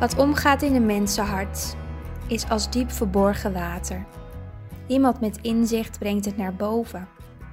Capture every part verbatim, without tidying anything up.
Wat omgaat in een mensenhart is als diep verborgen water. Iemand met inzicht brengt het naar boven.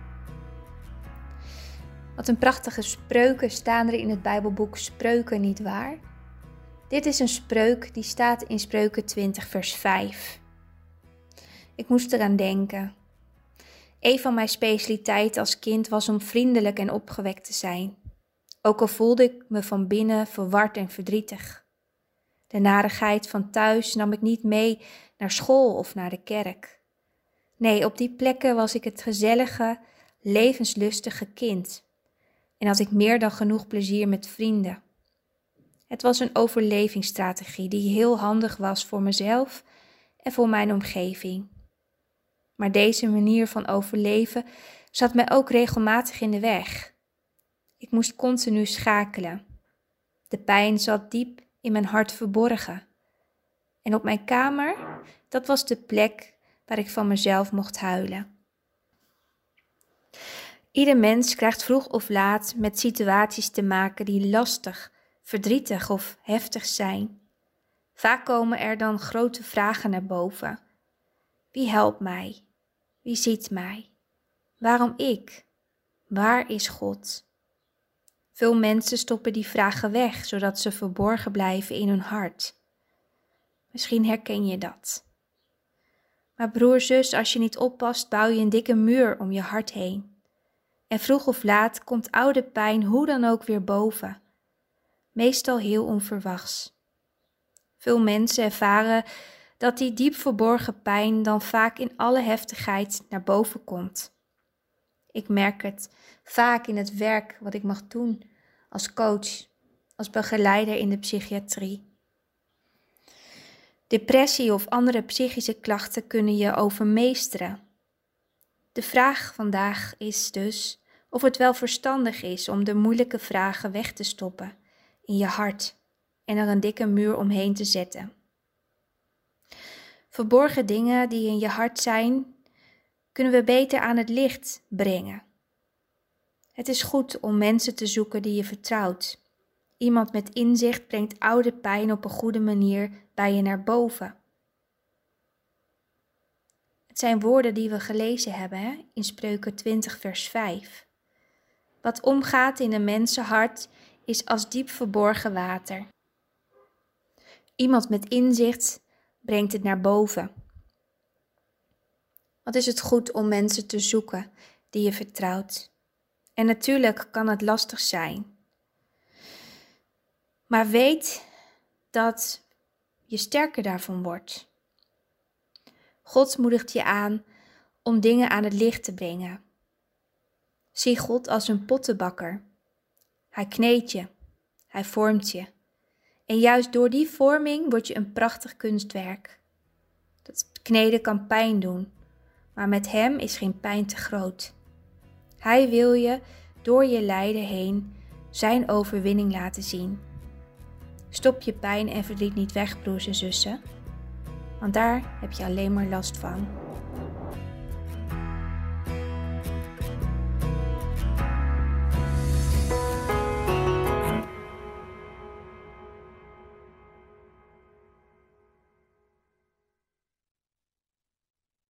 Wat een prachtige spreuken staan er in het Bijbelboek Spreuken, niet waar? Dit is een spreuk die staat in Spreuken twintig vers vijf. Ik moest eraan denken. Een van mijn specialiteiten als kind was om vriendelijk en opgewekt te zijn. Ook al voelde ik me van binnen verward en verdrietig. De narigheid van thuis nam ik niet mee naar school of naar de kerk. Nee, op die plekken was ik het gezellige, levenslustige kind. En had ik meer dan genoeg plezier met vrienden. Het was een overlevingsstrategie die heel handig was voor mezelf en voor mijn omgeving. Maar deze manier van overleven zat mij ook regelmatig in de weg. Ik moest continu schakelen. De pijn zat diep in mijn hart verborgen. En op mijn kamer, dat was de plek waar ik van mezelf mocht huilen. Ieder mens krijgt vroeg of laat met situaties te maken die lastig, verdrietig of heftig zijn. Vaak komen er dan grote vragen naar boven. Wie helpt mij? Wie ziet mij? Waarom ik? Waar is God? Veel mensen stoppen die vragen weg, zodat ze verborgen blijven in hun hart. Misschien herken je dat. Maar broer, zus, als je niet oppast, bouw je een dikke muur om je hart heen. En vroeg of laat komt oude pijn hoe dan ook weer boven. Meestal heel onverwachts. Veel mensen ervaren dat die diep verborgen pijn dan vaak in alle heftigheid naar boven komt. Ik merk het vaak in het werk wat ik mag doen als coach, als begeleider in de psychiatrie. Depressie of andere psychische klachten kunnen je overmeesteren. De vraag vandaag is dus of het wel verstandig is om de moeilijke vragen weg te stoppen in je hart en er een dikke muur omheen te zetten. Verborgen dingen die in je hart zijn, kunnen we beter aan het licht brengen. Het is goed om mensen te zoeken die je vertrouwt. Iemand met inzicht brengt oude pijn op een goede manier bij je naar boven. Het zijn woorden die we gelezen hebben hè? In Spreuken twintig vers vijf. Wat omgaat in een mensenhart is als diep verborgen water. Iemand met inzicht brengt het naar boven. Wat is het goed om mensen te zoeken die je vertrouwt? En natuurlijk kan het lastig zijn. Maar weet dat je sterker daarvan wordt. God moedigt je aan om dingen aan het licht te brengen. Zie God als een pottenbakker. Hij kneedt je, hij vormt je. En juist door die vorming word je een prachtig kunstwerk. Dat kneden kan pijn doen, maar met hem is geen pijn te groot. Hij wil je door je lijden heen zijn overwinning laten zien. Stop je pijn en verdriet niet weg, broers en zussen, want daar heb je alleen maar last van.